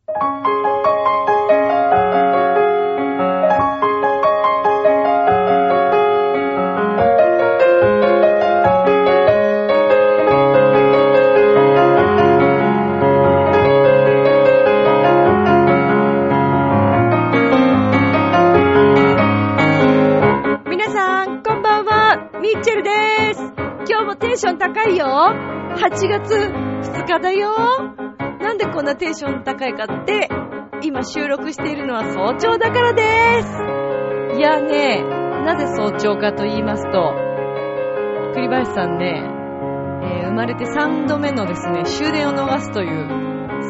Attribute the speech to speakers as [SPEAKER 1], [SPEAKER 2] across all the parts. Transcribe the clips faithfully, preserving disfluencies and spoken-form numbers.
[SPEAKER 1] 高いよ。はちがつふつかだよ。なんでこんなテンション高いかって、今収録しているのは早朝だからです。いやね、なぜ早朝かと言いますと、栗林さんね、えー、生まれてさんどめのですね、終電を逃すという、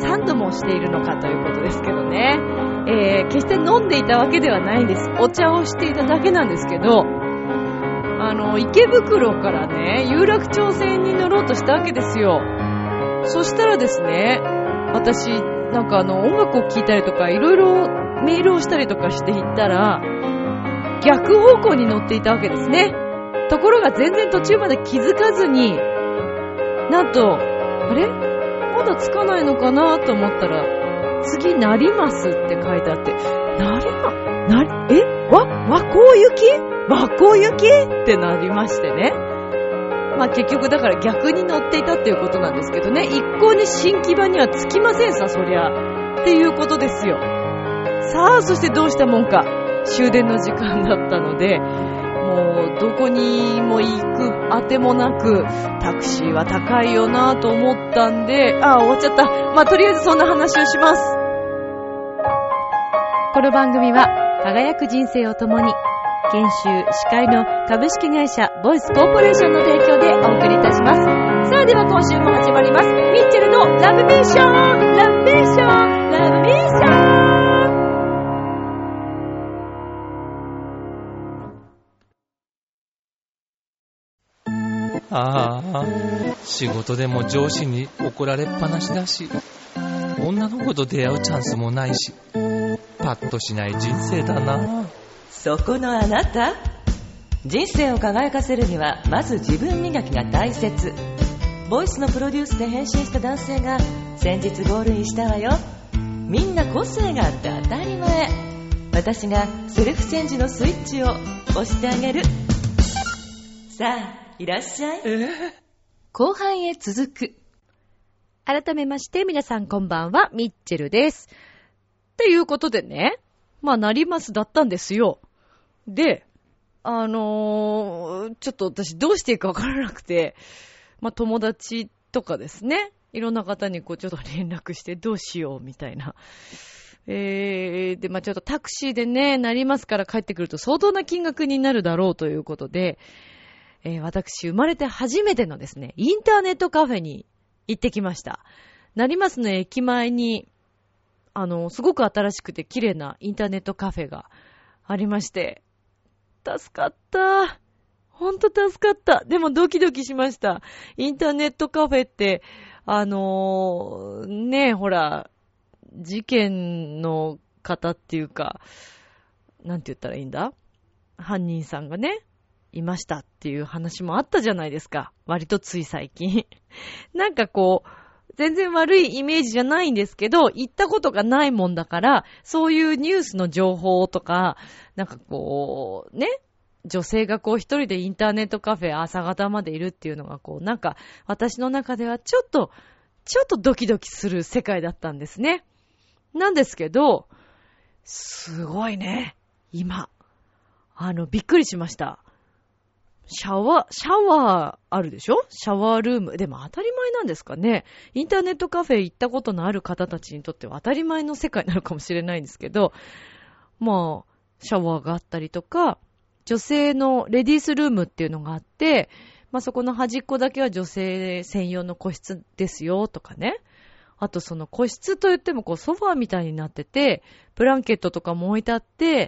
[SPEAKER 1] さんどもしているのかということですけどね、えー、決して飲んでいたわけではないんです。お茶をしていただけなんですけど、あの池袋からね、有楽町線に乗ろうとしたわけですよ。そしたらですね、私なんかあの音楽を聴いたりとかいろいろメールをしたりとかしていったら、逆方向に乗っていたわけですね。ところが全然途中まで気づかずに、なんとあれまだつかないのかなと思ったら、次なりますって書いてあって、なりまなりえわ和光行き和光行きってなりましてね。まあ結局だから逆に乗っていたっていうことなんですけどね、一向に新木場には着きませんさ、そりゃっていうことですよ。さあ、そしてどうしたもんか、終電の時間だったので、もうどこにも行くあてもなく、タクシーは高いよなと思ったんで、ああ終わっちゃった。まあとりあえずそんな話をします。この番組は輝く人生を共に、研修司会の株式会社ボイスコーポレーションの提供でお送りいたします。さあでは今週も始まります。ミッチェルのラブミッション、ラブミッション、ラブミッショ
[SPEAKER 2] ン。ああ、仕事でも上司に怒られっぱなしだし、女の子と出会うチャンスもないし、パッとしない人生だな。
[SPEAKER 3] そこのあなた、人生を輝かせるにはまず自分磨きが大切。ボイスのプロデュースで変身した男性が先日ゴールインしたわよ。みんな個性があって当たり前。私がセルフチェンジのスイッチを押してあげる。さあいらっしゃい、えー、
[SPEAKER 1] 後半へ続く。改めまして皆さんこんばんは、ミッチェルです。っていうことでね、まあなりますだったんですよ。で、あのー、ちょっと私どうしていいかわからなくて、まあ友達とかですね、いろんな方にこうちょっと連絡してどうしようみたいな。えー、で、まあちょっとタクシーでね、なりますから帰ってくると相当な金額になるだろうということで、えー、私生まれて初めてのですね、インターネットカフェに行ってきました。なりますの駅前に、あの、すごく新しくて綺麗なインターネットカフェがありまして、助かった。ほんと助かった。でもドキドキしました。インターネットカフェって、あのー、ねえ、ほら、事件の方っていうか、なんて言ったらいいんだ？犯人さんがね、いましたっていう話もあったじゃないですか。割とつい最近。なんかこう、全然悪いイメージじゃないんですけど、行ったことがないもんだから、そういうニュースの情報とか、なんかこう、ね、女性がこう一人でインターネットカフェ朝方までいるっていうのがこう、なんか私の中ではちょっと、ちょっとドキドキする世界だったんですね。なんですけど、すごいね、今。あの、びっくりしました。シャワー、シャワーあるでしょ？シャワールーム。でも当たり前なんですかね。インターネットカフェ行ったことのある方たちにとっては当たり前の世界なのかもしれないんですけど、まあ、シャワーがあったりとか、女性のレディースルームっていうのがあって、まあそこの端っこだけは女性専用の個室ですよとかね。あとその個室といってもこうソファーみたいになってて、ブランケットとかも置いてあって、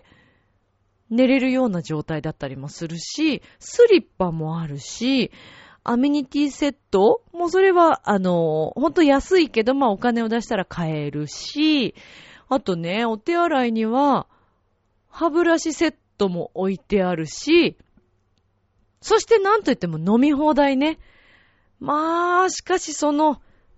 [SPEAKER 1] 寝れるような状態だったりもするし、スリッパもあるし、アメニティセットもそれは、あの、ほんと安いけど、まあお金を出したら買えるし、あとね、お手洗いには、歯ブラシセットも置いてあるし、そしてなんといっても飲み放題ね。まあ、しかしその、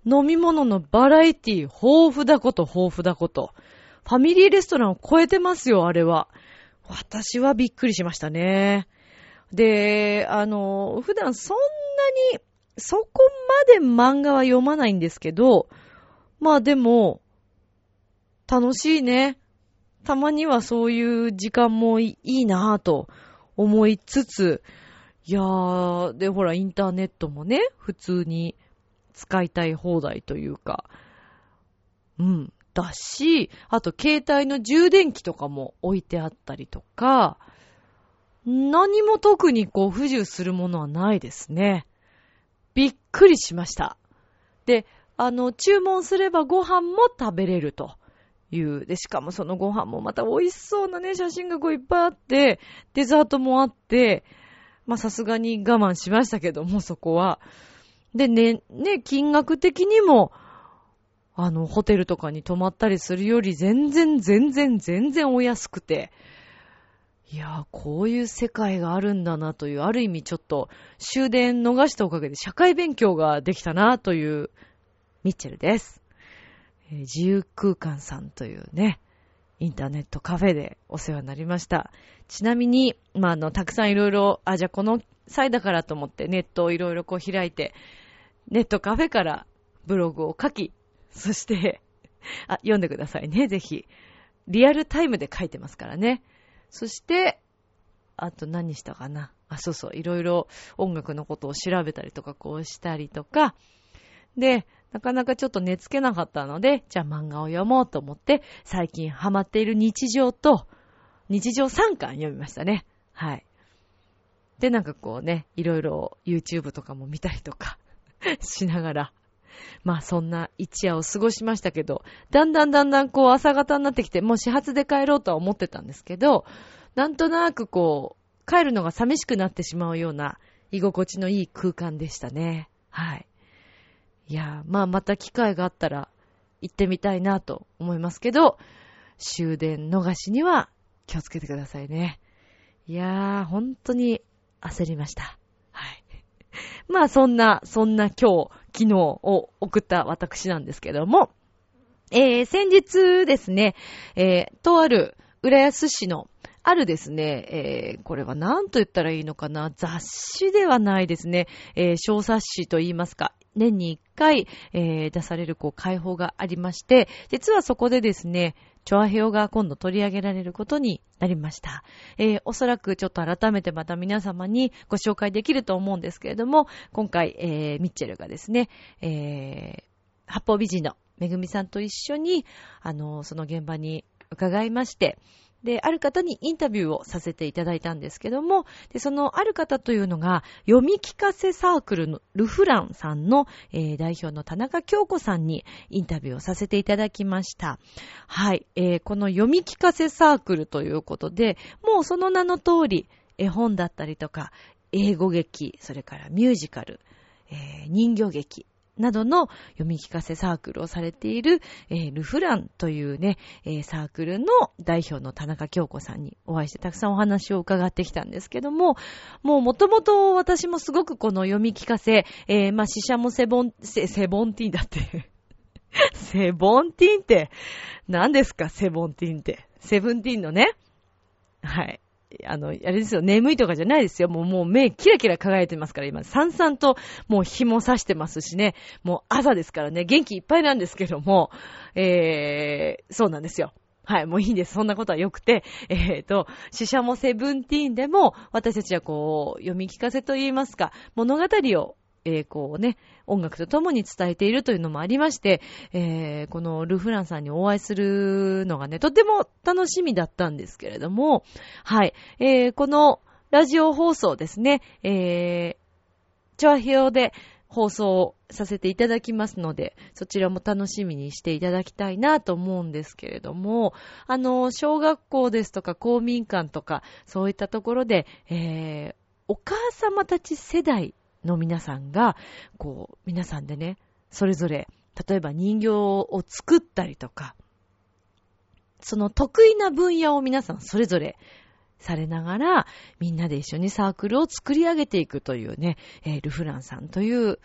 [SPEAKER 1] 飲み物のバラエティ豊富だこと豊富だこと。ファミリーレストランを超えてますよ、あれは。私はびっくりしましたね。で、あの、普段そんなに、そこまで漫画は読まないんですけど、まあでも、楽しいね。たまにはそういう時間もいいなぁと思いつつ、いやー、で、ほら、インターネットもね、普通に使いたい放題というか、うん、だし、あと携帯の充電器とかも置いてあったりとか、何も特にこう不自由するものはないですね。びっくりしました。で、あの、注文すればご飯も食べれるという。で、しかもそのご飯もまた美味しそうなね、写真がこういっぱいあって、デザートもあって、まあさすがに我慢しましたけども、そこは。でね、ね、金額的にも、あの、ホテルとかに泊まったりするより全然全然全然お安くて、いやー、こういう世界があるんだなという、ある意味ちょっと終電逃したおかげで社会勉強ができたなというミッチェルです。えー、自由空間さんというね、インターネットカフェでお世話になりました。ちなみに、まあ、あの、たくさんいろいろ、あ、じゃあこの際だからと思ってネットをいろいろこう開いて、ネットカフェからブログを書き、そして、あ、読んでくださいね、ぜひ。リアルタイムで書いてますからね。そして、あと何したかな。あ、そうそう、いろいろ音楽のことを調べたりとか、こうしたりとか。で、なかなかちょっと寝つけなかったので、じゃあ漫画を読もうと思って、最近ハマっている日常と、日常さんかん読みましたね。はい。で、なんかこうね、いろいろ YouTube とかも見たりとかしながら、まあそんな一夜を過ごしましたけど、だんだんだんだんこう朝方になってきて、もう始発で帰ろうとは思ってたんですけど、なんとなくこう、帰るのが寂しくなってしまうような居心地のいい空間でしたね。はい。いやー、まあまた機会があったら行ってみたいなと思いますけど、終電逃しには気をつけてくださいね。いやー、本当に焦りました。はい。まあそんな、そんな今日、昨日を送った私なんですけども、えー、先日ですね、えー、とある浦安市のあるですね、えー、これは何と言ったらいいのかな、雑誌ではないですね、えー、小冊子と言いますか、年に一回、えー、出されるこう開放がありまして、実はそこでですね、チョアヘオが今度取り上げられることになりました。えー、おそらくちょっと改めてまた皆様にご紹介できると思うんですけれども、今回、えー、ミッチェルがですね、えー、八方美人のめぐみさんと一緒に、あの、その現場に伺いまして、で、ある方にインタビューをさせていただいたんですけども、で、そのある方というのが、読み聞かせサークルのルフランさんの、えー、代表の田中京子さんにインタビューをさせていただきました。はい、えー、この読み聞かせサークルということで、もうその名の通り、絵本だったりとか、英語劇、それからミュージカル、えー、人形劇、などの読み聞かせサークルをされている、えー、ルフランというね、えー、サークルの代表の田中京子さんにお会いしてたくさんお話を伺ってきたんですけども、もう元々私もすごくこの読み聞かせ、えー、まあ、シシャモセボン、セ、セボンティーンだって。セボンティーンって何ですか、セボンティーンって。セブンティーンのね。はい。あの、あれですよ、眠いとかじゃないですよ。もう、もう目キラキラ輝いてますから、今、さんさんともう紐刺してますしね。もう朝ですからね、元気いっぱいなんですけども、えー、そうなんですよ。はい、もういいんです。そんなことはよくて、えーと、シシャモセブンティーンでも、私たちはこう、読み聞かせと言いますか、物語を、えー、こうね、音楽とともに伝えているというのもありまして、えー、このルフランさんにお会いするのがね、とても楽しみだったんですけれども、はい、えー、このラジオ放送ですね、えー、チョアヘオで放送させていただきますので、そちらも楽しみにしていただきたいなと思うんですけれども、あの、小学校ですとか公民館とか、そういったところで、えー、お母様たち世代の皆さんが、こう、皆さんでね、それぞれ、例えば人形を作ったりとか、その得意な分野を皆さんそれぞれされながら、みんなで一緒にサークルを作り上げていくというね、えー、ルフランさんという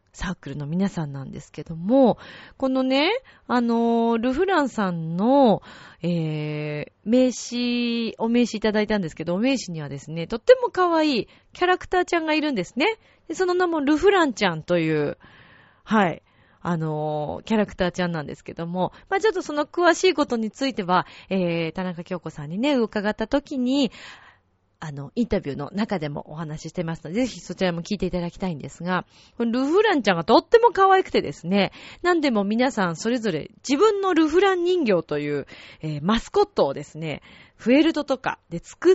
[SPEAKER 1] サークルの皆さんなんですけども、このね、あのー、ルフランさんの、えー、名刺、お名刺いただいたんですけど、お名刺にはですね、とっても可愛いキャラクターちゃんがいるんですね。でその名もルフランちゃんという、はい、あのー、キャラクターちゃんなんですけども、まあちょっとその詳しいことについては、えー、田中京子さんにね、伺った時に、あの、インタビューの中でもお話ししてますので、ぜひそちらも聞いていただきたいんですが、ルフランちゃんがとっても可愛くてですね、なんでも皆さんそれぞれ自分のルフラン人形という、えー、マスコットをですね、フェルトとかで作って、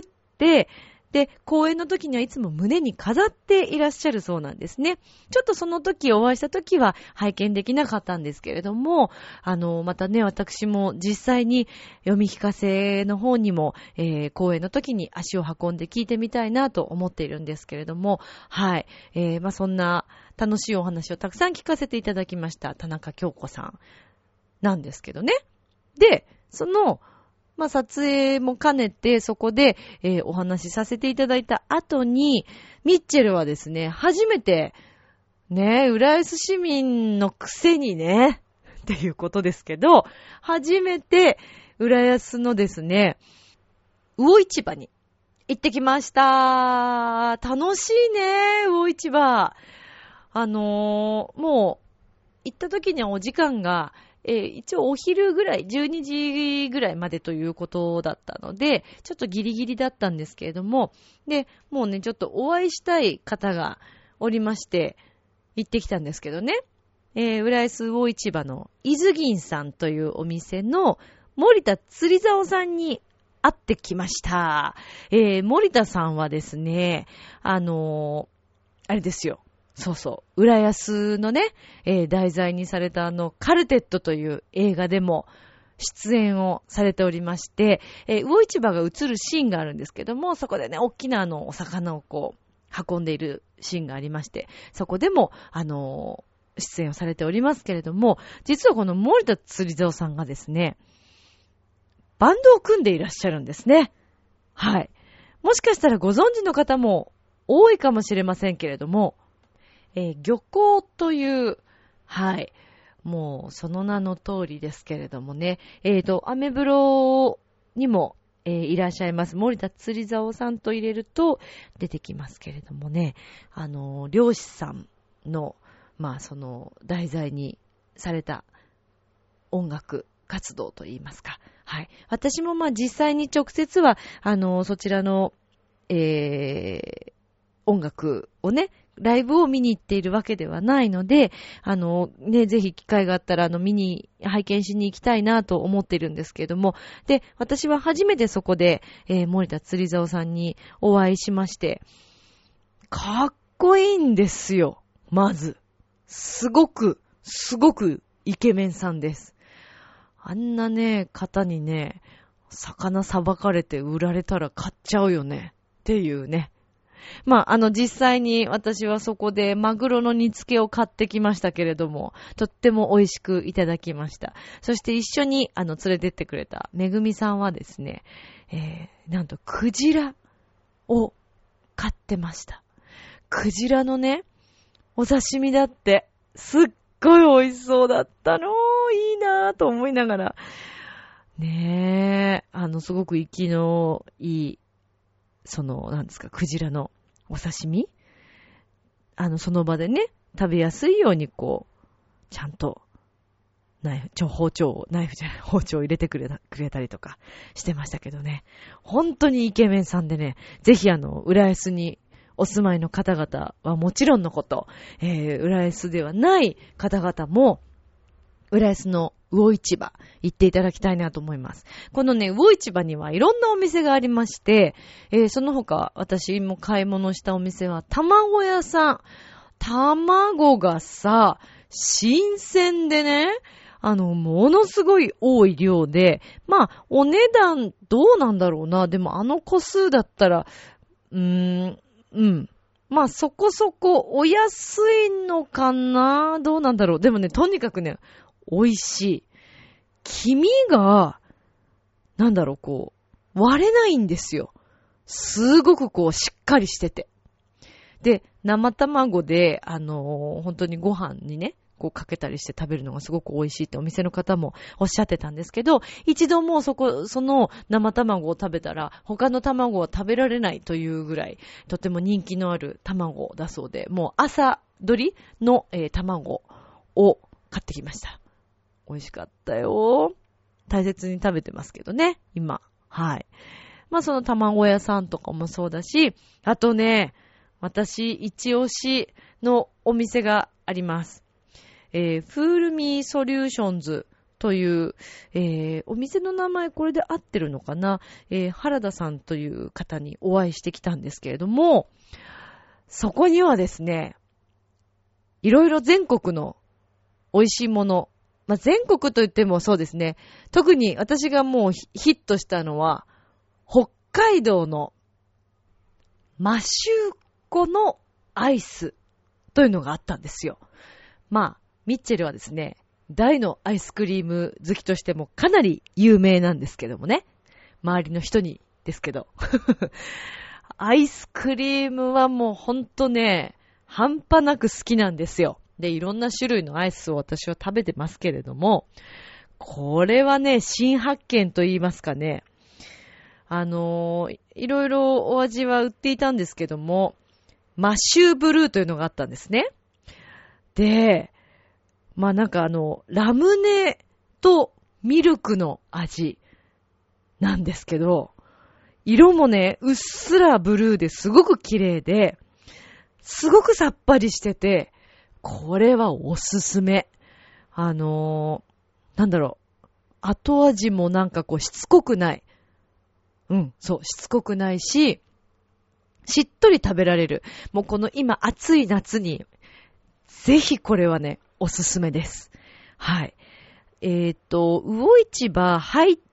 [SPEAKER 1] で、公演の時にはいつも胸に飾っていらっしゃるそうなんですね。ちょっとその時お会いした時は拝見できなかったんですけれども、あの、またね、私も実際に読み聞かせの方にも、えー、公演の時に足を運んで聞いてみたいなと思っているんですけれども、はい。えー、まあ、そんな楽しいお話をたくさん聞かせていただきました田中京子さんなんですけどね。で、その、まあ、撮影も兼ねて、そこで、えー、お話しさせていただいた後に、ミッチェルはですね、初めて、ね、浦安市民のくせにね、っていうことですけど、初めて、浦安のですね、魚市場に行ってきました。楽しいね、魚市場。あのー、もう、行った時にはお時間が、えー、一応お昼ぐらい、じゅうにじぐらいまでということだったので、ちょっとギリギリだったんですけれども、で、もうね、ちょっとお会いしたい方がおりまして、行ってきたんですけどね、えー、浦安魚市場の伊豆銀さんというお店の森田釣り竿さんに会ってきました。えー、森田さんはですね、あのー、あれですよ。そうそう。浦安のね、えー、題材にされたあの、カルテットという映画でも出演をされておりまして、えー、魚市場が映るシーンがあるんですけども、そこでね、大きなあの、お魚をこう、運んでいるシーンがありまして、そこでも、あのー、出演をされておりますけれども、実はこの森田釣り竿さんがですね、バンドを組んでいらっしゃるんですね。はい。もしかしたらご存知の方も多いかもしれませんけれども、えー、漁港という、はい、もうその名の通りですけれどもね、えーと、アメブロにも、えー、いらっしゃいます森田釣り竿さんと入れると出てきますけれどもね、あの、漁師さんの、まあその題材にされた音楽活動といいますか、はい。私もまあ実際に直接は、あの、そちらの、えー、音楽をね、ライブを見に行っているわけではないので、あの、ね、ぜひ機会があったら、あの、見に、拝見しに行きたいなと思っているんですけれども、で、私は初めてそこで、えー、森田釣り竿さんにお会いしまして、かっこいいんですよ、まず。すごく、すごくイケメンさんです。あんなね、方にね、魚さばかれて売られたら買っちゃうよね、っていうね。まあ、あの、実際に私はそこでマグロの煮付けを買ってきましたけれども、とっても美味しくいただきました。そして一緒に、あの、連れてってくれためぐみさんはですね、えー、なんと、クジラを買ってました。クジラのね、お刺身だって、すっごい美味しそうだったの。いいなぁと思いながら。ねえ、あの、すごく息のいい、その、なんですか、クジラのお刺身？あの、その場でね、食べやすいようにこう、ちゃんと、ナイフ、ちょ、包丁を、ナイフじゃない、包丁を入れてくれた、くれたりとかしてましたけどね。本当にイケメンさんでね、ぜひあの、浦安にお住まいの方々はもちろんのこと、えー、浦安ではない方々も、浦安の魚市場行っていただきたいなと思います。このね、魚市場にはいろんなお店がありまして、えー、その他私も買い物したお店は卵屋さん。卵がさ、新鮮でね、あの、ものすごい多い量で、まあ、お値段どうなんだろうな。でもあの個数だったら、うーん、うん。まあ、そこそこお安いのかな？どうなんだろう。でもね、とにかくね、美味しい。黄身が、なんだろう、こう、割れないんですよ。すごくこう、しっかりしてて。で、 生卵で、あのー、本当にご飯にね、こうかけたりして食べるのがすごく美味しいってお店の方もおっしゃってたんですけど、一度もうそこ、その生卵を食べたら他の卵は食べられないというぐらいとても人気のある卵だそうで、もう朝鶏の、えー、卵を買ってきました。美味しかったよ。大切に食べてますけどね、今。はい。まあその卵屋さんとかもそうだし、あとね、私一押しのお店があります。えー、フールミーソリューションズという、えー、お店の名前これで合ってるのかな、えー、原田さんという方にお会いしてきたんですけれども、そこにはですね、いろいろ全国の美味しいもの、まあ、全国といってもそうですね、特に私がもうヒットしたのは、北海道のマシューコのアイスというのがあったんですよ。まあ、ミッチェルはですね、大のアイスクリーム好きとしてもかなり有名なんですけどもね。周りの人にですけど。アイスクリームはもうほんとね、半端なく好きなんですよ。で、いろんな種類のアイスを私は食べてますけれども、これはね、新発見と言いますかね。あのー、いろいろお味は売っていたんですけども、マシューブルーというのがあったんですね。で、まあなんかあの、ラムネとミルクの味なんですけど、色もね、うっすらブルーですごく綺麗で、すごくさっぱりしてて、これはおすすめ。あのー、なんだろう、後味もなんかこうしつこくない。うん、そう、しつこくないし、しっとり食べられる。もうこの今暑い夏に、ぜひこれはね、おすすめです。はい。えっと、魚市場入って、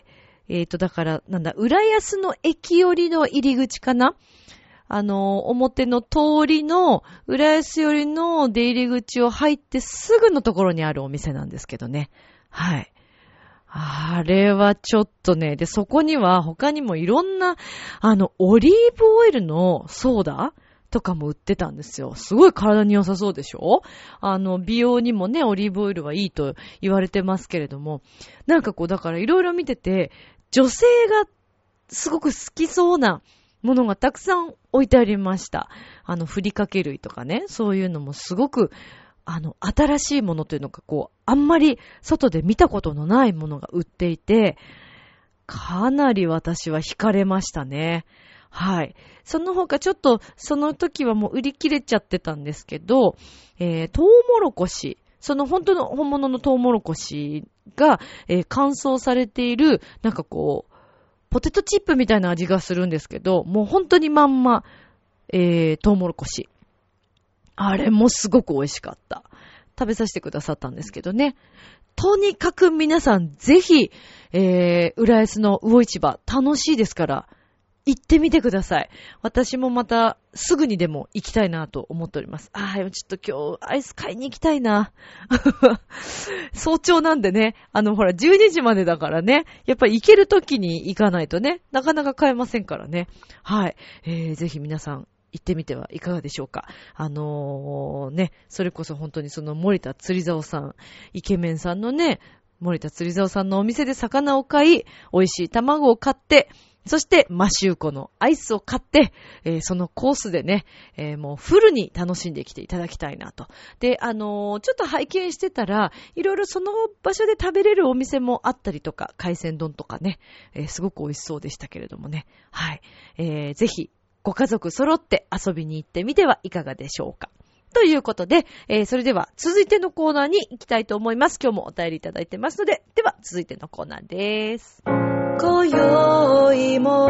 [SPEAKER 1] えっと、だから、なんだ、浦安の駅寄りの入り口かな？あの、表の通りの、浦安寄りの出入り口を入ってすぐのところにあるお店なんですけどね。はい。あれはちょっとね、で、そこには他にもいろんな、あの、オリーブオイルのソーダとかも売ってたんですよ。すごい体に良さそうでしょ？あの、美容にもね、オリーブオイルはいいと言われてますけれども、なんかこう、だからいろいろ見てて、女性がすごく好きそうなものがたくさん置いてありました。あの、ふりかけ類とかね、そういうのもすごく、あの、新しいものというのがこう、あんまり外で見たことのないものが売っていて、かなり私は惹かれましたね。はい。その他ちょっとその時はもう売り切れちゃってたんですけど、えー、トウモロコシ、その本当の本物のトウモロコシが、えー、乾燥されている、なんかこう、ポテトチップみたいな味がするんですけど、もう本当にまんま、えー、トウモロコシ。あれもすごく美味しかった。食べさせてくださったんですけどね。とにかく皆さんぜひ、えー、浦安の魚市場楽しいですから、行ってみてください。私もまたすぐにでも行きたいなと思っております。ああ、ちょっと今日アイス買いに行きたいな。早朝なんでね、あのほらじゅうにじまでだからね、やっぱり行ける時に行かないとね、なかなか買えませんからね。はい、えー、ぜひ皆さん行ってみてはいかがでしょうか。あのー、ね、それこそ本当にその森田釣り竿さん、イケメンさんのね、森田釣り竿さんのお店で魚を買い、美味しい卵を買って、そして、マシューコのアイスを買って、えー、そのコースでね、えー、もうフルに楽しんできていただきたいなと。で、あのー、ちょっと拝見してたら、いろいろその場所で食べれるお店もあったりとか、海鮮丼とかね、えー、すごく美味しそうでしたけれどもね。はい。えー、ぜひ、ご家族揃って遊びに行ってみてはいかがでしょうか。ということで、えー、それでは続いてのコーナーに行きたいと思います。今日もお便りいただいてますので、では続いてのコーナーです。
[SPEAKER 3] 今宵も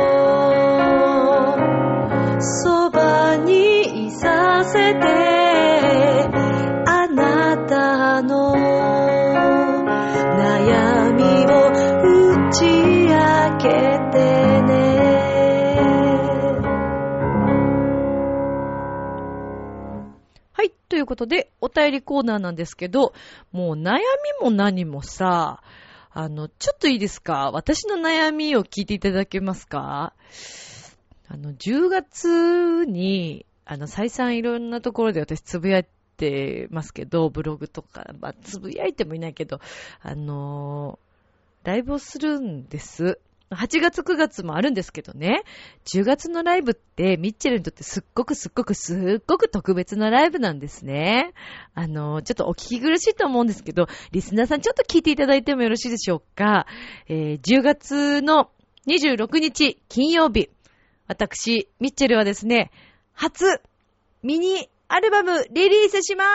[SPEAKER 3] そばにいさせて、あなたの悩みを打ち明けてね。
[SPEAKER 1] はい、ということでお便りコーナーなんですけど、もう悩みも何もさ、あの、ちょっといいですか？私の悩みを聞いていただけますか？あの、じゅうがつにあの、再三いろんなところで私つぶやいてますけど、ブログとか、まあ、つぶやいてもいないけど、あのー、ライブをするんです。はちがつくがつもあるんですけどね、じゅうがつのライブってミッチェルにとってすっごくすっごくすっごく特別なライブなんですね。あの、ちょっとお聞き苦しいと思うんですけど、リスナーさんちょっと聞いていただいてもよろしいでしょうか。えー、じゅうがつのにじゅうろくにち金曜日、私、ミッチェルはですね、初ミニアルバムリリースします。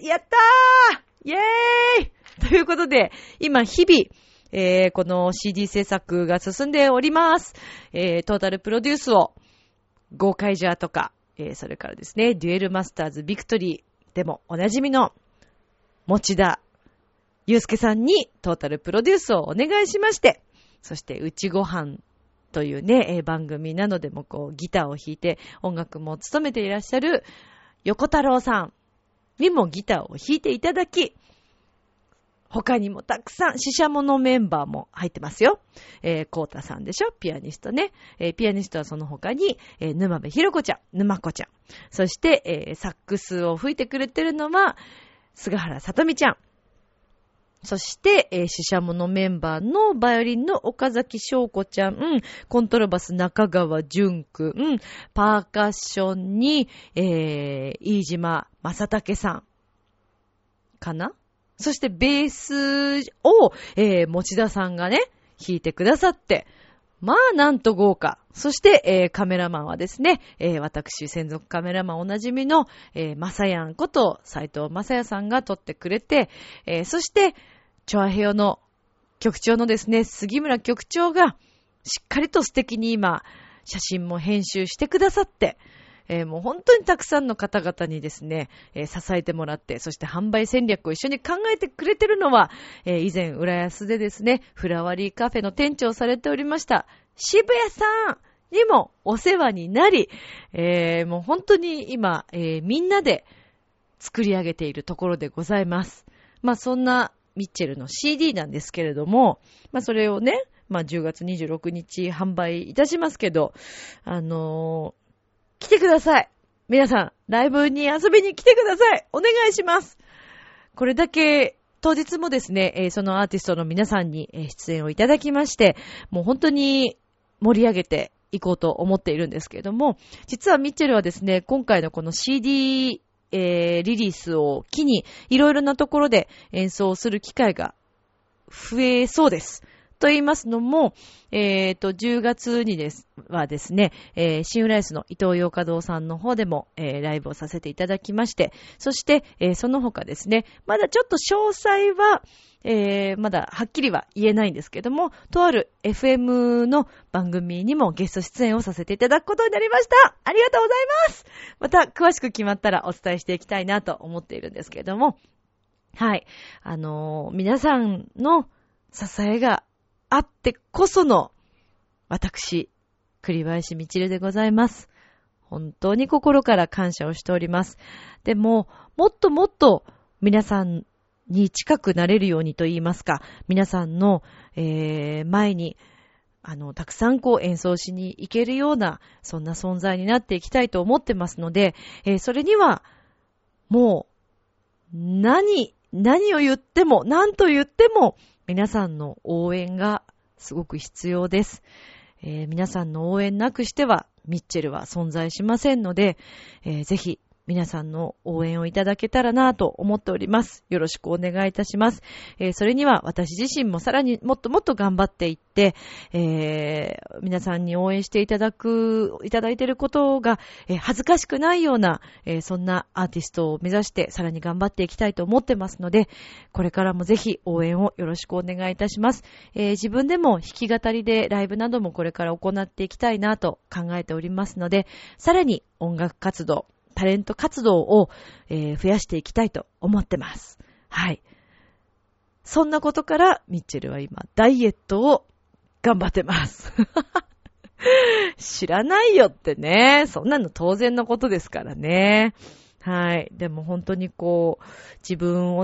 [SPEAKER 1] やったーイェーイということで、今日々、えー、この シーディー 制作が進んでおります。えー、トータルプロデュースをゴーカイジャーとか、えー、それからですね、デュエルマスターズビクトリーでもおなじみの持田祐介さんにトータルプロデュースをお願いしまして、そしてうちごはんというね、えー、番組などでもこうギターを弾いて音楽も務めていらっしゃる横太郎さんにもギターを弾いていただき、他にもたくさん、シシャモのメンバーも入ってますよ。えー、コータさんでしょ、ピアニストね。えー、ピアニストはその他に、えー、沼部ひろ子ちゃん、沼子ちゃん。そして、えー、サックスを吹いてくれてるのは、菅原さとみちゃん。そして、えー、シシャモのメンバーのバイオリンの岡崎翔子ちゃん、うん、コントラバス中川淳くん、うん、パーカッションに、えー、飯島正武さん。かな？そしてベースを、えー、持田さんがね、弾いてくださって、まあなんと豪華。そして、えー、カメラマンはですね、えー、私専属カメラマンおなじみの、えー、まさやんこと斉藤まさやさんが撮ってくれて、えー、そして、チョアヘヨの局長のですね、杉村局長がしっかりと素敵に今、写真も編集してくださって、えー、もう本当にたくさんの方々にですね、えー、支えてもらって、そして販売戦略を一緒に考えてくれてるのは、えー、以前浦安でですね、フラワリーカフェの店長をされておりました渋谷さんにもお世話になり、えー、もう本当に今、えー、みんなで作り上げているところでございます。まあそんなミッチェルの シーディー なんですけれども、まあそれをね、まあじゅうがつにじゅうろくにち販売いたしますけど、あのー、来てください。皆さん、ライブに遊びに来てください。お願いします。これだけ、当日もですね、えー、そのアーティストの皆さんに、えー、出演をいただきまして、もう本当に盛り上げていこうと思っているんですけれども、実はミッチェルはですね、今回のこの シーディー、えー、リリースを機に、いろいろなところで演奏する機会が増えそうです。と言いますのも、えっと、じゅうがつにです、はですね、えー、新浦安の伊東洋華堂さんの方でも、えー、ライブをさせていただきまして、そして、えー、その他ですね、まだちょっと詳細は、えー、まだはっきりは言えないんですけども、とある エフエム の番組にもゲスト出演をさせていただくことになりました。ありがとうございます。また詳しく決まったらお伝えしていきたいなと思っているんですけれども、はい。あのー、皆さんの支えがあってこその私、栗林みちるでございます。本当に心から感謝をしております。でも、もっともっと皆さんに近くなれるようにと言いますか、皆さんの、えー、前にあのたくさんこう演奏しに行けるようなそんな存在になっていきたいと思ってますので、えー、それにはもう何何を言っても何と言っても皆さんの応援がすごく必要です。えー、皆さんの応援なくしてはミッチェルは存在しませんので、えー、ぜひ皆さんの応援をいただけたらなと思っております。よろしくお願いいたします。えー、それには私自身もさらにもっともっと頑張っていって、えー、皆さんに応援していただく、いただいていることが、えー、恥ずかしくないような、えー、そんなアーティストを目指してさらに頑張っていきたいと思ってますので、これからもぜひ応援をよろしくお願いいたします。えー、自分でも弾き語りでライブなどもこれから行っていきたいなと考えておりますので、さらに音楽活動、タレント活動を、えー、増やしていきたいと思ってます。はい。そんなことからミッチェルは今ダイエットを頑張ってます。知らないよってね。そんなの当然のことですからね。はい。でも本当にこう自分をね、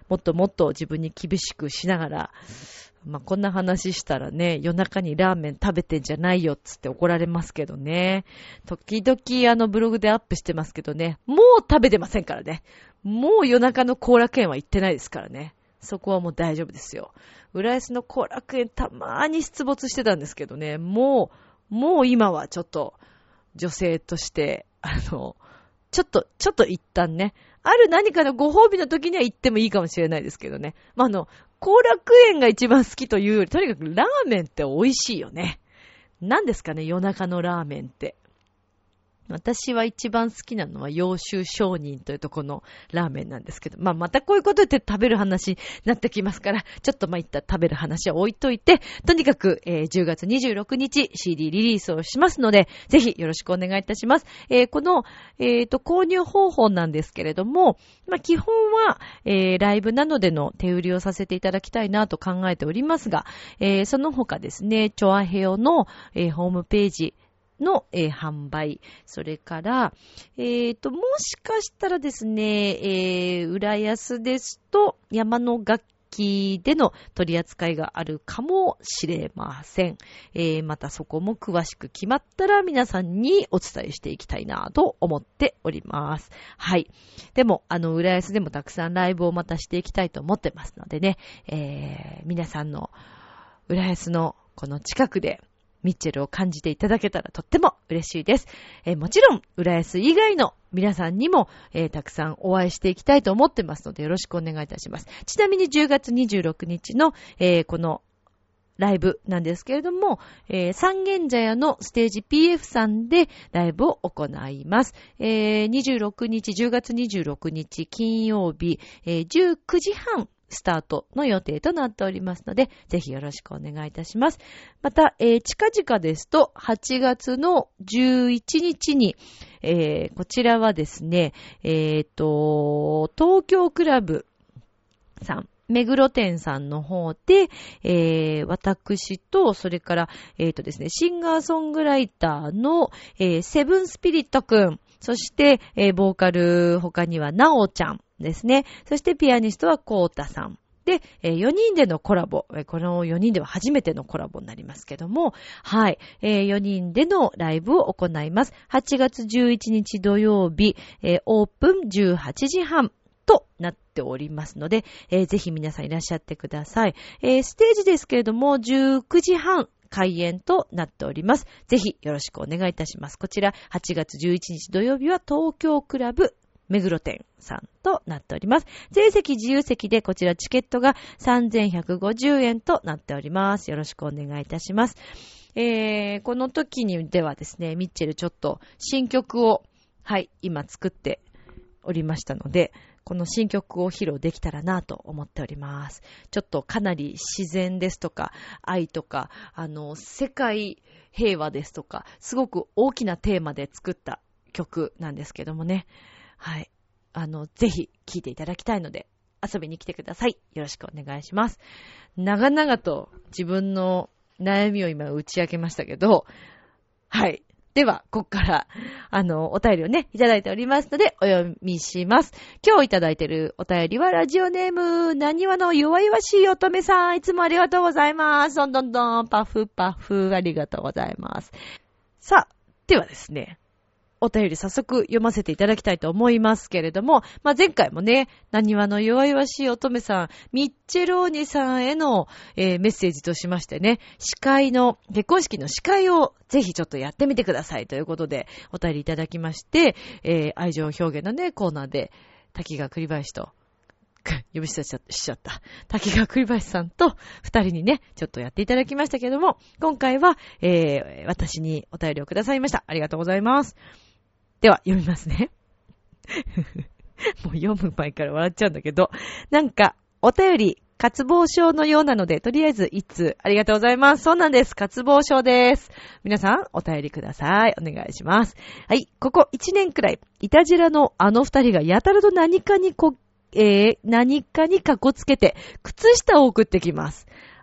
[SPEAKER 1] もっともっと自分に厳しくしながら、まあ、こんな話したらね、夜中にラーメン食べてんじゃないよっつって怒られますけどね。時々あのブログでアップしてますけどね、もう食べてませんからね。もう夜中の後楽園は行ってないですからね。そこはもう大丈夫ですよ。浦安の後楽園たまーに出没してたんですけどね、もう、もう今はちょっと女性として、あの、ちょっと、ちょっと一旦ね、ある何かのご褒美の時には行ってもいいかもしれないですけどね。まあ、あの、後楽園が一番好きというより、とにかくラーメンって美味しいよね。何ですかね、夜中のラーメンって。私は一番好きなのは揚州商人というところのラーメンなんですけど、まあまたこういうことで食べる話になってきますから、ちょっとまあいった食べる話は置いといて、とにかく、えー、じゅうがつにじゅうろくにち シーディー リリースをしますので、ぜひよろしくお願いいたします。えー、この、えーと、購入方法なんですけれども、まあ基本は、えー、ライブなどでの手売りをさせていただきたいなと考えておりますが、えー、その他ですね、チョアヘオの、えー、ホームページ、の、えー、販売。それから、えーと、もしかしたらですね、えー、浦安ですと山の楽器での取り扱いがあるかもしれません。えー、またそこも詳しく決まったら皆さんにお伝えしていきたいなと思っております。はい。でも、あの、浦安でもたくさんライブをまたしていきたいと思ってますのでね、えー、皆さんの浦安のこの近くでミッチェルを感じていただけたらとっても嬉しいです。えー、もちろん、浦安以外の皆さんにも、えー、たくさんお会いしていきたいと思ってますのでよろしくお願いいたします。ちなみにじゅうがつにじゅうろくにちの、えー、このライブなんですけれども、えー、三軒茶屋のステージ ピーエフ さんでライブを行います。えー、にじゅうろくにち、じゅうがつにじゅうろくにち金曜日、えー、じゅうくじはん、スタートの予定となっておりますので、ぜひよろしくお願いいたします。また、えー、近々ですと、はちがつのじゅういちにちに、えー、こちらはですね、えっと、東京クラブさん、目黒店さんの方で、えー、私と、それから、えっとですね、シンガーソングライターの、えー、セブンスピリットくん、そして、えー、ボーカル他にはなおちゃんですね。そしてピアニストはこうたさん。で、えー、よにんでのコラボ。このよにんでは初めてのコラボになりますけども、はい、えー、よにんでのライブを行います。はちがつじゅういちにち土曜日、えー、オープンじゅうはちじはんとなっておりますので、えー、ぜひ皆さんいらっしゃってください。えー、ステージですけれども、じゅうくじはん、開演となっております。ぜひよろしくお願いいたします。こちらはちがつじゅういちにち土曜日は東京クラブ目黒店さんとなっております。全席自由席でこちらチケットがさんぜんひゃくごじゅうえんとなっております。よろしくお願いいたします。えー、この時にではですね、ミッチェルちょっと新曲をはい今作っておりましたので、この新曲を披露できたらなと思っております。ちょっとかなり自然ですとか愛とかあの世界平和ですとかすごく大きなテーマで作った曲なんですけどもね。はい。あのぜひ聴いていただきたいので遊びに来てください。よろしくお願いします。長々と自分の悩みを今打ち明けましたけど、はい。では、ここから、あの、お便りをね、いただいておりますので、お読みします。今日いただいているお便りは、ラジオネーム、なにわの弱々しい乙女さん、いつもありがとうございます。どんどんどん、パフパフ、ありがとうございます。さあ、ではですね、お便り早速読ませていただきたいと思いますけれども、まあ、前回もね、なにわの弱々しい乙女さん、ミッチェルおにさんへの、えー、メッセージとしましてね、司会の、結婚式の司会をぜひちょっとやってみてくださいということでお便りいただきまして、えー、愛情表現のね、コーナーで、滝川栗林と、呼び捨てしちゃった。滝川栗林さんと二人にね、ちょっとやっていただきましたけども、今回は、えー、私にお便りをくださいました。ありがとうございます。では、読みますね。もう読む前から笑っちゃうんだけど、なんか、お便り、渇望症のようなので、とりあえず一通、ありがとうございます。そうなんです。渇望症です。皆さん、お便りください。お願いします。はい、ここ一年くらい、いたじらのあの二人がやたらと何かにこ、えー、何かにかこつけて、靴下を送ってきます。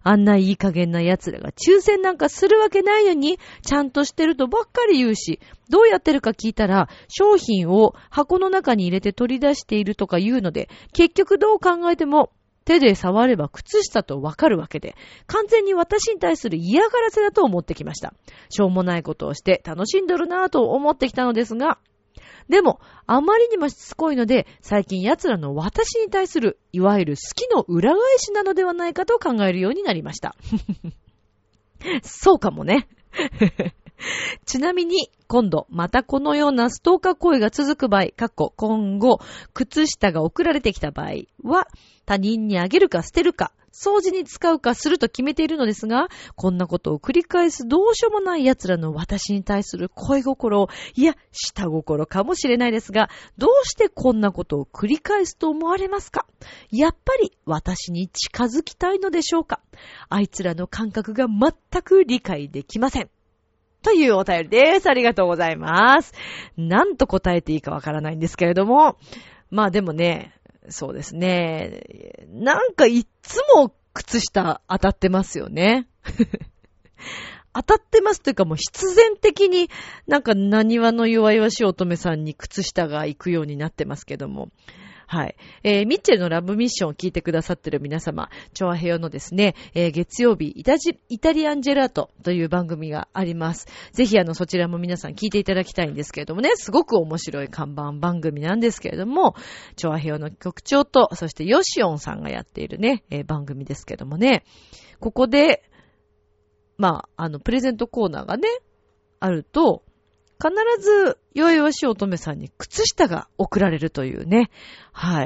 [SPEAKER 1] あんないい加減な奴らが抽選なんかするわけないのに、ちゃんとしてるとばっかり言うし、どうやってるか聞いたら、商品を箱の中に入れて取り出しているとか言うので、結局どう考えても、手で触れば靴下とわかるわけで、完全に私に対する嫌がらせだと思ってきました。しょうもないことをして楽しんどるなぁと思ってきたのですが、でも、あまりにもしつこいので、最近奴らの私に対する、いわゆる好きの裏返しなのではないかと考えるようになりました。そうかもね。ちなみに、今度、またこのようなストーカー行為が続く場合、過去、今後、靴下が送られてきた場合は、他人にあげるか捨てるか、掃除に使うかすると決めているのですが、こんなことを繰り返すどうしようもない奴らの私に対する恋心、いや、下心かもしれないですが、どうしてこんなことを繰り返すと思われますか？やっぱり私に近づきたいのでしょうか？あいつらの感覚が全く理解できません。というお便りです。ありがとうございます。なんと答えていいかわからないんですけれども、まあでもね、そうですね。なんかいつも靴下当たってますよね。当たってますというかもう必然的になんか何話の弱々しい乙女さんに靴下が行くようになってますけども。はい。えー、ミッチェルのラブミッションを聞いてくださってる皆様、チョアヘヨのですね、えー、月曜日イタジ、イタリアンジェラートという番組があります。ぜひあの、そちらも皆さん聞いていただきたいんですけれどもね、すごく面白い看板番組なんですけれども、チョアヘヨの局長と、そしてヨシオンさんがやっているね、えー、番組ですけどもね、ここで、まあ、あの、プレゼントコーナーがね、あると、必ず、弱々しい乙女さんに靴下が送られるというね。はい。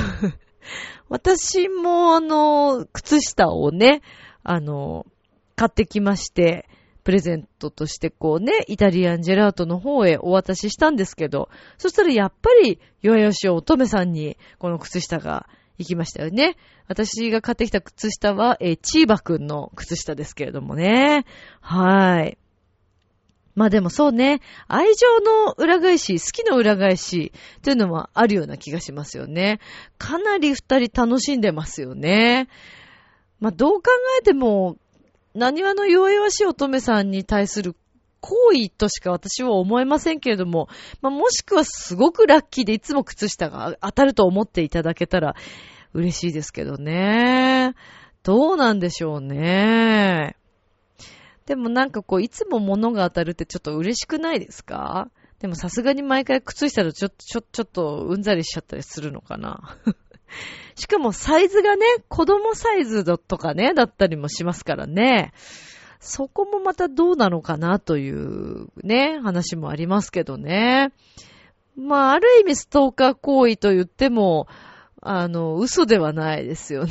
[SPEAKER 1] 私も、あの、靴下をね、あの、買ってきまして、プレゼントとしてこうね、イタリアンジェラートの方へお渡ししたんですけど、そしたらやっぱり、弱々しい乙女さんに、この靴下が行きましたよね。私が買ってきた靴下は、えー、チーバくんの靴下ですけれどもね。はい。まあでもそうね、愛情の裏返し、好きの裏返しというのもあるような気がしますよね。かなり二人楽しんでますよね。まあどう考えても、何話の弱々しい乙女さんに対する行為としか私は思えませんけれども、まあもしくはすごくラッキーでいつも靴下が当たると思っていただけたら嬉しいですけどね。どうなんでしょうね。でもなんかこう、いつも物が当たるってちょっと嬉しくないですか？でもさすがに毎回靴下とちょっと、ちょ、ちょっとうんざりしちゃったりするのかな。しかもサイズがね、子供サイズとかね、だったりもしますからね。そこもまたどうなのかなというね、話もありますけどね。まあ、ある意味ストーカー行為と言っても、あの、嘘ではないですよね。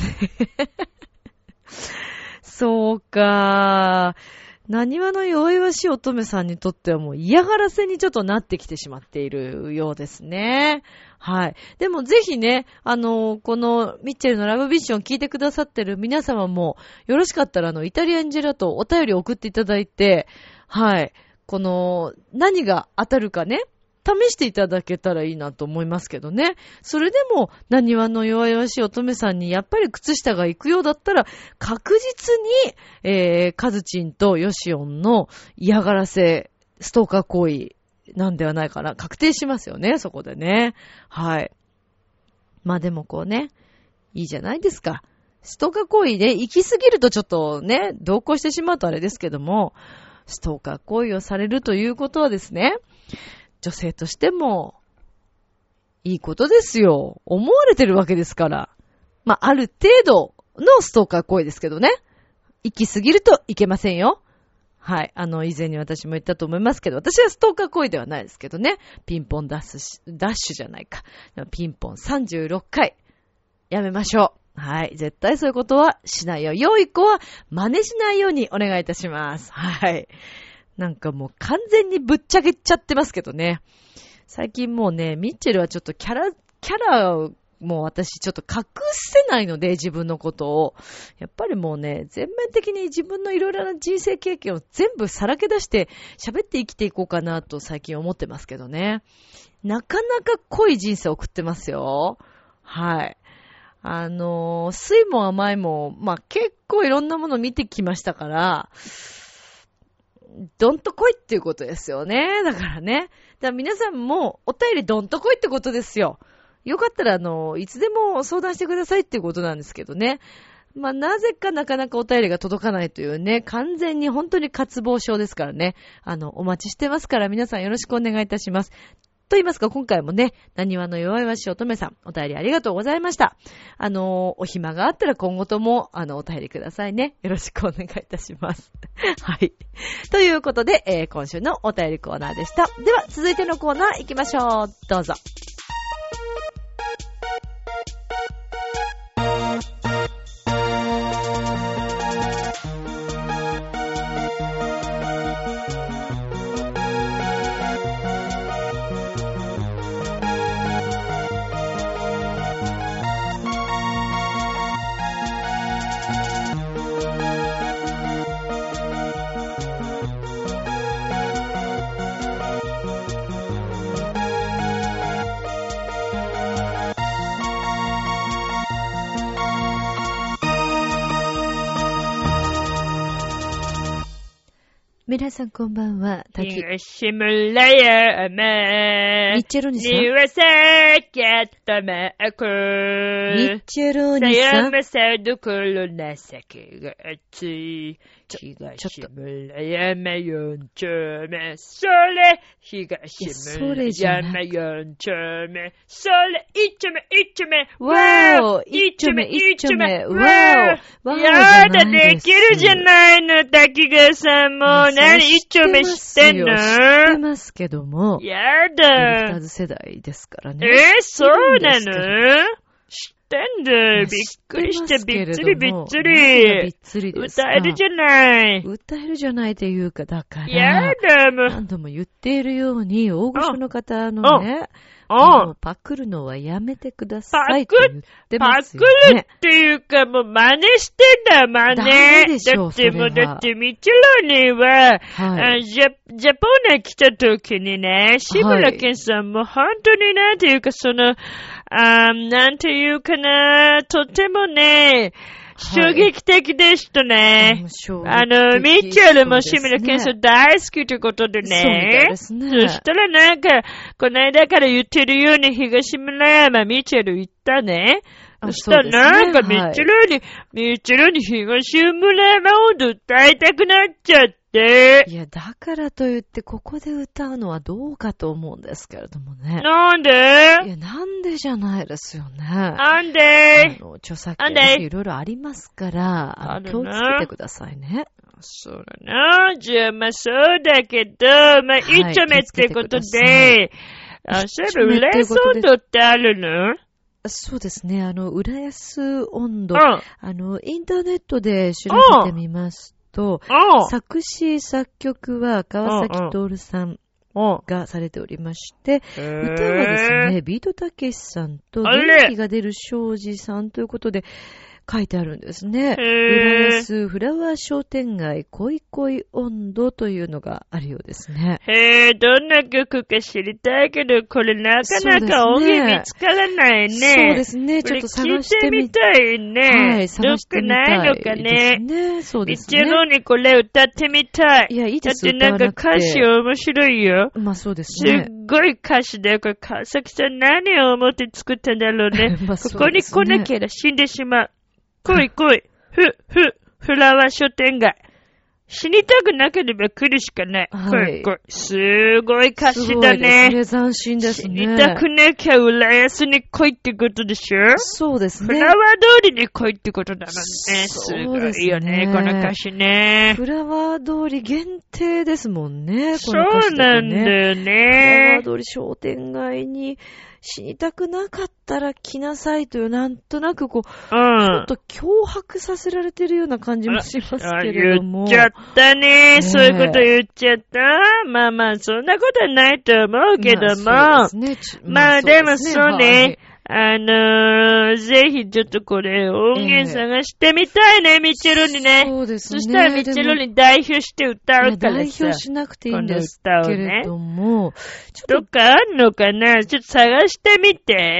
[SPEAKER 1] そうか。何話の弱々しい乙女さんにとってはもう嫌がらせにちょっとなってきてしまっているようですね。はい。でもぜひね、あの、このミッチェルのラブビッション聞いてくださってる皆様もよろしかったらあの、イタリアンジェラートお便り送っていただいて、はい。この、何が当たるかね、試していただけたらいいなと思いますけどね。それでも、何話の弱々しい乙女さんにやっぱり靴下が行くようだったら、確実に、えー、カズチンとヨシオンの嫌がらせ、ストーカー行為なんではないかな。確定しますよね、そこでね。はい。まあでもこうね、いいじゃないですか。ストーカー行為で行き過ぎるとちょっとね、同行してしまうとあれですけども、ストーカー行為をされるということはですね、女性としても、いいことですよ。思われてるわけですから。まあ、ある程度のストーカー行為ですけどね。行き過ぎるといけませんよ。はい。あの、以前に私も言ったと思いますけど、私はストーカー行為ではないですけどね。ピンポンダッシュ、ダッシュじゃないか。ピンポンさんじゅうろっかい。やめましょう。はい。絶対そういうことはしないよ。良い子は真似しないようにお願いいたします。はい。なんかもう完全にぶっちゃけちゃってますけどね。最近もうね、ミッチェルはちょっとキャラ、キャラをもう私ちょっと隠せないので、自分のことを。やっぱりもうね、全面的に自分のいろいろな人生経験を全部さらけ出して喋って生きていこうかなと最近思ってますけどね。なかなか濃い人生を送ってますよ。はい。 あのー、酸いも甘いも、まあ、結構いろんなもの見てきましたから、どんと来いっていうことですよね。だからね。だから皆さんもお便りどんと来いってことですよ。よかったら、あの、いつでも相談してくださいっていうことなんですけどね。まあ、なぜかなかなかお便りが届かないというね、完全に本当に渇望症ですからね。あの、お待ちしてますから皆さんよろしくお願いいたします。と言いますか、今回もね、なにわの弱々しい乙女さん、お便りありがとうございました。あの、お暇があったら今後とも、あの、お便りくださいね。よろしくお願いいたします。はい。ということで、えー、今週のお便りコーナーでした。では、続いてのコーナー行きましょう。どうぞ。皆さんこんばんは。
[SPEAKER 4] 滝東村山
[SPEAKER 1] ミッチェロニさん
[SPEAKER 4] にはさきゃったまこ
[SPEAKER 1] ミッチェロニさん
[SPEAKER 4] さやまさどころ情けが熱い東村山四丁目それ東村山四丁目それ一丁目一丁目
[SPEAKER 1] わお
[SPEAKER 4] 一丁目一丁目わ
[SPEAKER 1] おわお
[SPEAKER 4] やだできるじゃないの滝川さんも何一丁目知ってんの？
[SPEAKER 1] 知ってますけども。
[SPEAKER 4] やだ。
[SPEAKER 1] ディレクターズ世代ですからね。
[SPEAKER 4] えー、そうなの？知ってんだ。びっくりしてびっつりびっつり。
[SPEAKER 1] びっつりですか。
[SPEAKER 4] 歌えるじゃない。
[SPEAKER 1] 歌えるじゃないというか、だから。
[SPEAKER 4] やだもん。
[SPEAKER 1] 何度も言っているように、大御所の方のね、
[SPEAKER 4] も
[SPEAKER 1] うパクるのはやめてください
[SPEAKER 4] パク
[SPEAKER 1] と言ってますよね。
[SPEAKER 4] パクるっていうかもう真似してんだ、真似。
[SPEAKER 1] ダメでしょう、
[SPEAKER 4] だってもう、
[SPEAKER 1] それは
[SPEAKER 4] だってミチロニーは、
[SPEAKER 1] はい、
[SPEAKER 4] あジャ、ジャポネ来た時にね、志村けんさんも本当になんていうかその、あなんていうかな、とてもね、衝撃的でしたね。あの、ミッチェルも志村けんさん大好きということでね。
[SPEAKER 1] そうみたいですね。
[SPEAKER 4] そしたらなんか、この間から言ってるように東村山ミッチェル行ったね。そしたらなんかミッチェルに、はい、ミッチェルに東村山を歌いたくなっちゃって。い
[SPEAKER 1] や、だからといってここで歌うのはどうかと思うんですけれどもね。
[SPEAKER 4] なんで？
[SPEAKER 1] いや、なんでじゃないですよね。
[SPEAKER 4] なんで？
[SPEAKER 1] あの、著作権いろいろありますから、あの、気をつけてくださいね。
[SPEAKER 4] そうだな。じゃあ、まあそうだけど、まあ、一丁目ってことで、あ、そういえば、浦安温度ってあるの？
[SPEAKER 1] そうですね。あの、浦安温度、
[SPEAKER 4] うん、
[SPEAKER 1] あの、インターネットで調べてみますと、作詞作曲は川崎徹さんがされておりまして、歌はですね、ビートたけしさんと元気が出る庄司さんということで書いてあるんですね。浦安フラワー商店街恋恋温度というのがあるようですね。
[SPEAKER 4] へぇ、どんな曲か知りたいけど、これなかなか音源見つからないね。
[SPEAKER 1] そうですね。ちょっと探してみ
[SPEAKER 4] たいね。はい、探してみたい。どっかないのかね。
[SPEAKER 1] ね、そうですね。
[SPEAKER 4] 一応にこれ歌ってみたい。
[SPEAKER 1] いや、いいです
[SPEAKER 4] よ。だってなんか歌詞面白いよ。
[SPEAKER 1] まあそうですね。
[SPEAKER 4] すっごい歌詞で、これ川崎さん何を思って作ったんだろうね。まあそうですね。ここに来なきゃ死んでしまう。来い来い、ふ、ふ、フラワー書店街。死にたくなければ来るしかない。はい、来い来い。すごい歌詞だね。
[SPEAKER 1] すごいですね、斬新ですね。
[SPEAKER 4] 死にたくなきゃ浦安に来いってことでしょ？
[SPEAKER 1] そうですね。
[SPEAKER 4] フラワー通りに来いってことだもんね。すごいよね、この歌詞ね。
[SPEAKER 1] フラワー通り限定ですもんね、
[SPEAKER 4] この歌詞、ね。そうなんだよね。フ
[SPEAKER 1] ラワー通り商店街に、死にたくなかったら来なさいという、なんとなくこう、うん、ちょっと脅迫させられてるような感じもしますけれども。
[SPEAKER 4] 言っちゃったね。ね、そういうこと言っちゃった。まあまあ、そんなことはないと思うけども。まあ、そうですね、まあでもそうね。はい、あのー、ぜひちょっとこれ音源探してみたいね、えー、ミッチェルにね。
[SPEAKER 1] そうですね。
[SPEAKER 4] そしたらミッチェルに代表して歌うからさ。
[SPEAKER 1] 代表しなくていいんですけれども。
[SPEAKER 4] ね、どっかあんのかな？ちょっと探してみて。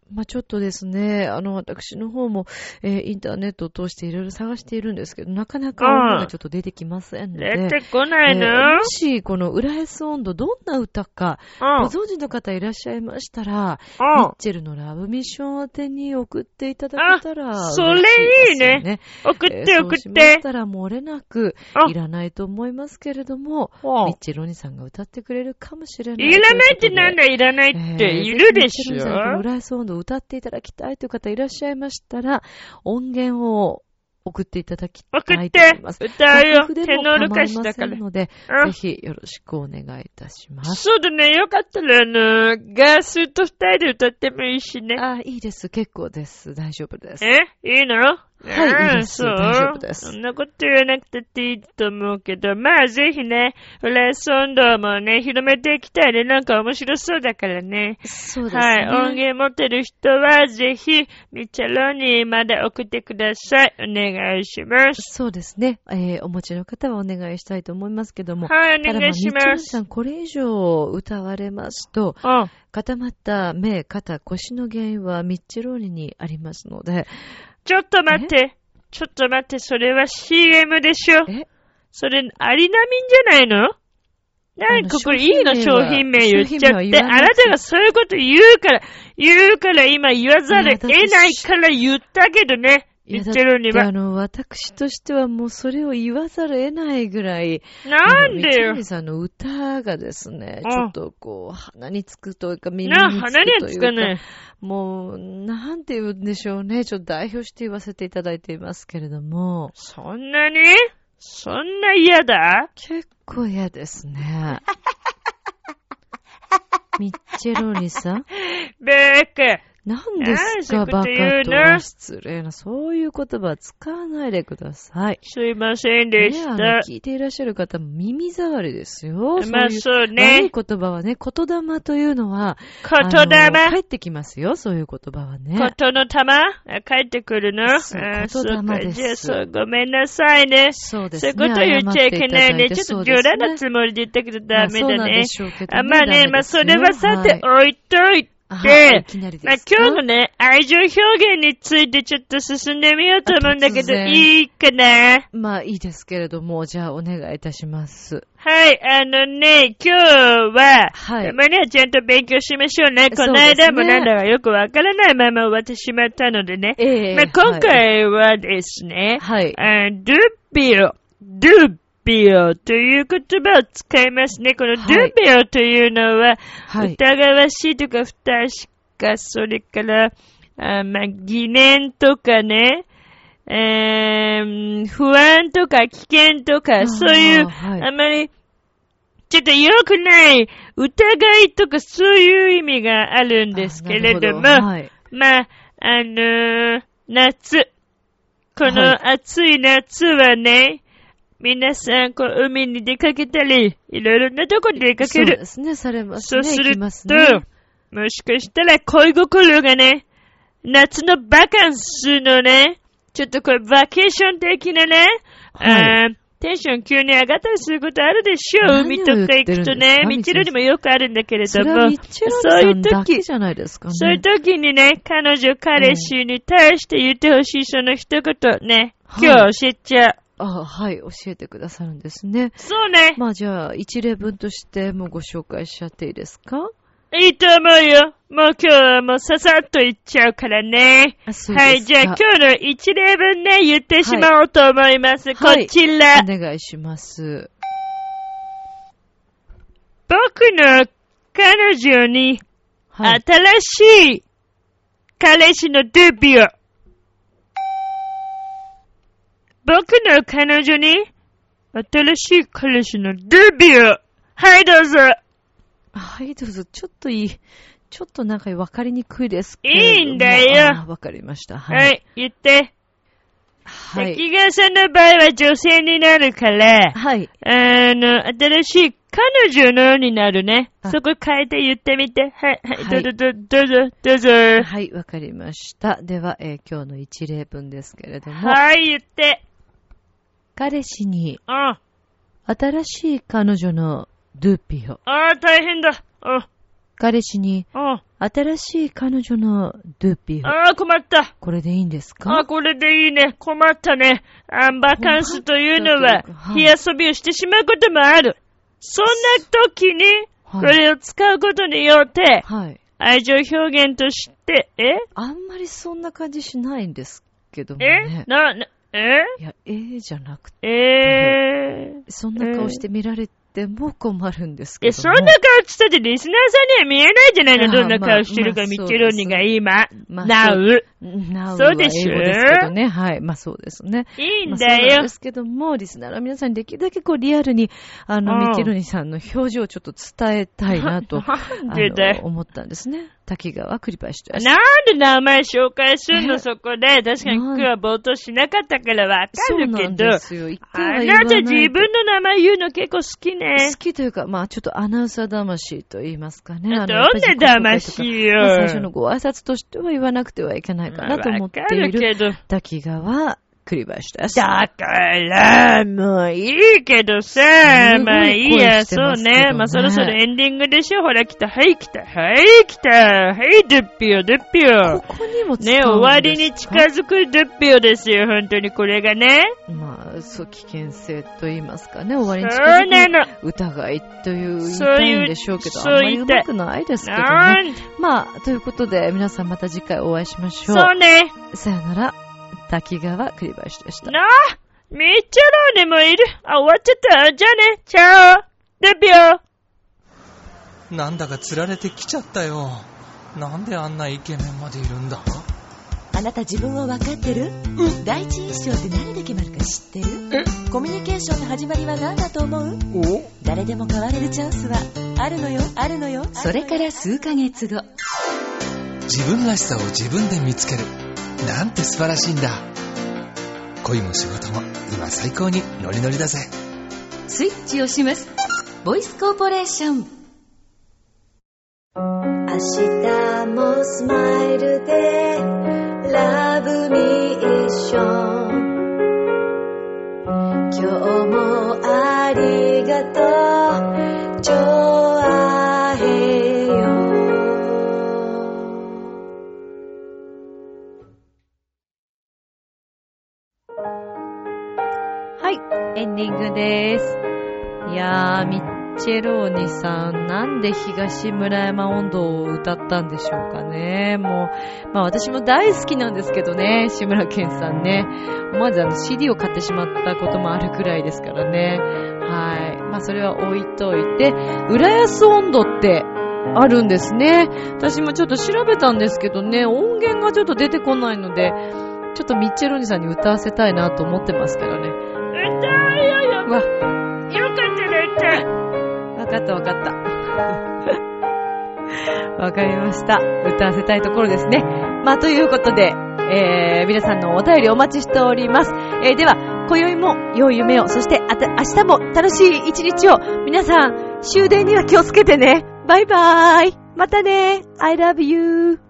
[SPEAKER 1] まあ、ちょっとですね、あの、私の方も、えー、インターネットを通していろいろ探しているんですけど、なかなか音がちょっと出てきませんので。
[SPEAKER 4] 出てこないの、
[SPEAKER 1] えー、もし、この浦安音頭、どんな歌か、ご存知の方いらっしゃいましたら、ミッチェルのラブミッション宛てに送っていただけたら、
[SPEAKER 4] それいいね。送って送って。えー、そうしましたら、漏れなく、いらないと思いますけれども、ミッチェルお兄さんが歌ってくれるかもしれない。 いらないってなんだ、いらないって、えー、いるでしょ。ミッチェルお兄さん、
[SPEAKER 1] 浦安音頭歌っていただきたいという方いらっしゃいましたら、音源を送っていただきたいと思います。
[SPEAKER 4] 送って、歌うよ。テノール歌手だから。
[SPEAKER 1] ので、ぜひよろしくお願いいたします。
[SPEAKER 4] そうだね。よかったら、あの、ガースと二人で歌ってもいいしね。
[SPEAKER 1] あ、いいです。結構です。大丈夫です。
[SPEAKER 4] えいいの
[SPEAKER 1] はい、いいです。大丈夫です。
[SPEAKER 4] そんなこと言わなくていいと思うけど、まあぜひね、浦安音頭もね、広めていきたいね。なんか面白そうだからね。
[SPEAKER 1] そうですね。
[SPEAKER 4] はい、音源持ってる人はぜひ、ミッチェロにまで送ってください。お願いします。
[SPEAKER 1] そうですね。えー、お持ちの方はお願いしたいと思いますけども。
[SPEAKER 4] はい、お願いします。ただ、まあ、ミッチェロ
[SPEAKER 1] さん、これ以上歌われますと、
[SPEAKER 4] うん、
[SPEAKER 1] 固まった目、肩、腰の原因はミッチェローニにありますので、
[SPEAKER 4] ちょっと待って。ちょっと待って、それは シーエム でしょ。
[SPEAKER 1] え
[SPEAKER 4] それ、アリナミンじゃないの？なんかこれいいの商品名言っちゃって。あなたがそういうこと言うから、言うから今言わざる得ないから言ったけどね。言ってるには。
[SPEAKER 1] あの、私としてはもうそれを言わざる得ないぐらい。
[SPEAKER 4] なんでよ。ミッチェ
[SPEAKER 1] ルさんの歌がですね、ちょっとこう、鼻につくというか、耳につくというか。
[SPEAKER 4] 鼻にはつかない。
[SPEAKER 1] もう、なんて言うんでしょうね。ちょっと代表して言わせていただいていますけれども。
[SPEAKER 4] そんなに？そんな嫌だ？
[SPEAKER 1] 結構嫌ですね。ミッチェローニさん？
[SPEAKER 4] ベーカ。
[SPEAKER 1] 何ですか、バカとは失礼な、そういう言葉は使わないでください。
[SPEAKER 4] すいませんでした。
[SPEAKER 1] ね、あの聞いていらっしゃる方も耳障りですよ。
[SPEAKER 4] まあそうね。
[SPEAKER 1] 悪い言葉はね、言霊というのは、
[SPEAKER 4] 言霊
[SPEAKER 1] 帰ってきますよ、そういう言葉はね。
[SPEAKER 4] ことの玉帰ってくるの？
[SPEAKER 1] そう、言霊です。
[SPEAKER 4] じゃあそう、ごめんなさいね。
[SPEAKER 1] そうですね。
[SPEAKER 4] そういうこと言っちゃいけないね。ちょっと冗談のつもりで言ったけどダメだね。まあ、そうなんでしょうけどね。あ、まあね、まあそれはさて置いといて、で、
[SPEAKER 1] はい、
[SPEAKER 4] まあ、今日のね、愛情表現についてちょっと進んでみようと思うんだけど、いいかな？
[SPEAKER 1] まあいいですけれども、じゃあお願いいたします。
[SPEAKER 4] はい、あのね、今日は、
[SPEAKER 1] はい、
[SPEAKER 4] まあね、ちゃんと勉強しましょうね。この間もなんだかよくわからないまま終わってしまったのでね。
[SPEAKER 1] えー、
[SPEAKER 4] まあ、今回はですね、
[SPEAKER 1] はい、
[SPEAKER 4] あドゥビオ、ドゥビオという言葉を使いますね。このドゥビオというのは、はい、疑わしいとか不確か、それから、あまあ、疑念とかね、えー、不安とか危険とか、そういう、はい、あまり、ちょっと良くない疑いとかそういう意味があるんですけれども、
[SPEAKER 1] はい、
[SPEAKER 4] まあ、あのー、夏、この暑い夏はね、皆さん、こう、海に出かけたり、いろいろなとこに出かける。
[SPEAKER 1] そうですね、されますね。
[SPEAKER 4] そうすると、
[SPEAKER 1] ね、
[SPEAKER 4] もしかしたら恋心がね、夏のバカンスのね、ちょっとこう、バケーション的なね、はい、あテンション急に上がったりすることあるでしょう。海とか行くとね、ミッチェルにもよくあるんだけれども、
[SPEAKER 1] そういう時じゃないですかね。
[SPEAKER 4] そういう時にね、彼女、彼氏に対して言ってほしいその一言ね、うん、今日教えちゃう。
[SPEAKER 1] あ、はい、教えてくださるんですね。
[SPEAKER 4] そうね。
[SPEAKER 1] まあじゃあ、一例文としてもご紹介しちゃっていいですか？
[SPEAKER 4] いいと思うよ。もう今日はもうささっと言っちゃうからね。
[SPEAKER 1] あ、そうですか。
[SPEAKER 4] はい、じゃあ今日の一例文ね、言ってしまおうと思います。はい、こちら、
[SPEAKER 1] はい。お願いします。
[SPEAKER 4] 僕の彼女に、はい、新しい彼氏のデビュー。僕の彼女に、新しい彼氏のデビュー。はい、どうぞ。
[SPEAKER 1] はい、どうぞ。ちょっといい。ちょっとなんか分かりにくいですけれども。
[SPEAKER 4] いいんだよ。
[SPEAKER 1] わかりました。はい。
[SPEAKER 4] はい、言って。
[SPEAKER 1] はい。
[SPEAKER 4] 関川さんの場合は女性になるから、
[SPEAKER 1] はい。
[SPEAKER 4] あの、新しい彼女のになるね。そこ変えて言ってみて。はい、はい、はい、どうぞ、どうぞ、どうぞ。
[SPEAKER 1] はい、わかりました。では、えー、今日の一例文ですけれども。
[SPEAKER 4] はい、言って。
[SPEAKER 1] 彼氏に、
[SPEAKER 4] ああ
[SPEAKER 1] 新しい彼女のドゥピオ。
[SPEAKER 4] ああ、大変だ。あ
[SPEAKER 1] 彼氏に
[SPEAKER 4] あ
[SPEAKER 1] 新しい彼女のドゥッピーを。
[SPEAKER 4] あ、困った。
[SPEAKER 1] これでいいんですか？
[SPEAKER 4] あ、これでいいね。困ったね。あバカンスというのは、火遊びをしてしまうこともある。そんな時に、これを使うことによって、はい、愛情表現として、え
[SPEAKER 1] あんまりそんな感じしないんですけどもね。
[SPEAKER 4] えな、な、え
[SPEAKER 1] いや、えー、じゃなくて。
[SPEAKER 4] えー、
[SPEAKER 1] そんな顔して見られても困るんですけども。
[SPEAKER 4] え、そんな顔しててリスナーさんには見えないじゃないの。どんな顔してるかミッチェローニが今。
[SPEAKER 1] まあ、
[SPEAKER 4] なう。
[SPEAKER 1] なう。
[SPEAKER 4] そうでしょ。
[SPEAKER 1] 英語ですけどね。はい。まあそうですね。
[SPEAKER 4] いいんだよ。
[SPEAKER 1] まあ、そうなんですけども、リスナーの皆さんにできるだけこうリアルに、あの、ミッチェローニさんの表情をちょっと伝えたいなと、
[SPEAKER 4] なんでだよ。
[SPEAKER 1] 思ったんですね。滝川栗林と。
[SPEAKER 4] なんで名前紹介するのそこで。確かに今日は冒頭しなかったからわかるけど。そうなんですよ。一回は言わないと。あなた自分の名前言うの結構好きね。
[SPEAKER 1] 好きというか、まあちょっとアナウンサー魂と言いますかね。
[SPEAKER 4] どんな魂よ。
[SPEAKER 1] まあ、最初のご挨拶としては言わなくてはいけないかなと思っている滝川栗林です。
[SPEAKER 4] だから、もういいけどさ、まあいいや、そうね。まあそろそろエンディングでしょ。ほら来た、はい来た、はい来た、はいドゥッピオ、ドゥッピオ。
[SPEAKER 1] ここにも使うんですか？
[SPEAKER 4] ね、終わりに近づくドゥッピオですよ、本当にこれがね。
[SPEAKER 1] まあ、そう、危険性と言いますかね、終わりに近づく疑いという言いたいんでしょうけど、あんまりうまくないですけどね。まあ、ということで、皆さんまた次回お会いしましょう。
[SPEAKER 4] そうね。
[SPEAKER 1] さよなら。滝川栗林でした。
[SPEAKER 4] なあ、ミッチェローニもいる。あ、終わっちゃった。じゃあね、チャオ、デビュ
[SPEAKER 2] ー。なんだか釣られてきちゃったよ。なんであんなイケメンまでいるんだ？
[SPEAKER 3] あなた自分を分かってる？うん。第一印象って何で決まるか知ってる？え？コミュニケーションの始まりは何だと思う？お？誰でも変われるチャンスはあるのよ、あるのよ。それから数ヶ月後。
[SPEAKER 2] 自分らしさを自分で見つける。なんて素晴らしいんだ。恋も仕事も今最高にノリノリだぜ。
[SPEAKER 3] スイッチをします。ボイスコーポレーション。明日もスマイルでラブミッション。今日もありがとう。ちょあへよ。
[SPEAKER 1] エンディングです。いやー、ミッチェローニさん、なんで東村山音頭を歌ったんでしょうかね。もう、まあ私も大好きなんですけどね、志村けんさんね。思わずあの シーディー を買ってしまったこともあるくらいですからね。はい。まあそれは置いといて、浦安音頭ってあるんですね。私もちょっと調べたんですけどね、音源がちょっと出てこないので、ちょっとミッチェローニさんに歌わせたいなと思ってますけどね。
[SPEAKER 4] 歌うよよ。わ、よかったね、歌。
[SPEAKER 1] わかったわかった。わかりました。歌わせたいところですね。まあということで、えー、皆さんのお便りお待ちしております。えー、では、今宵も良い夢を、そしてあた明日も楽しい一日を、皆さん終電には気をつけてね。バイバーイ。またね。I love you.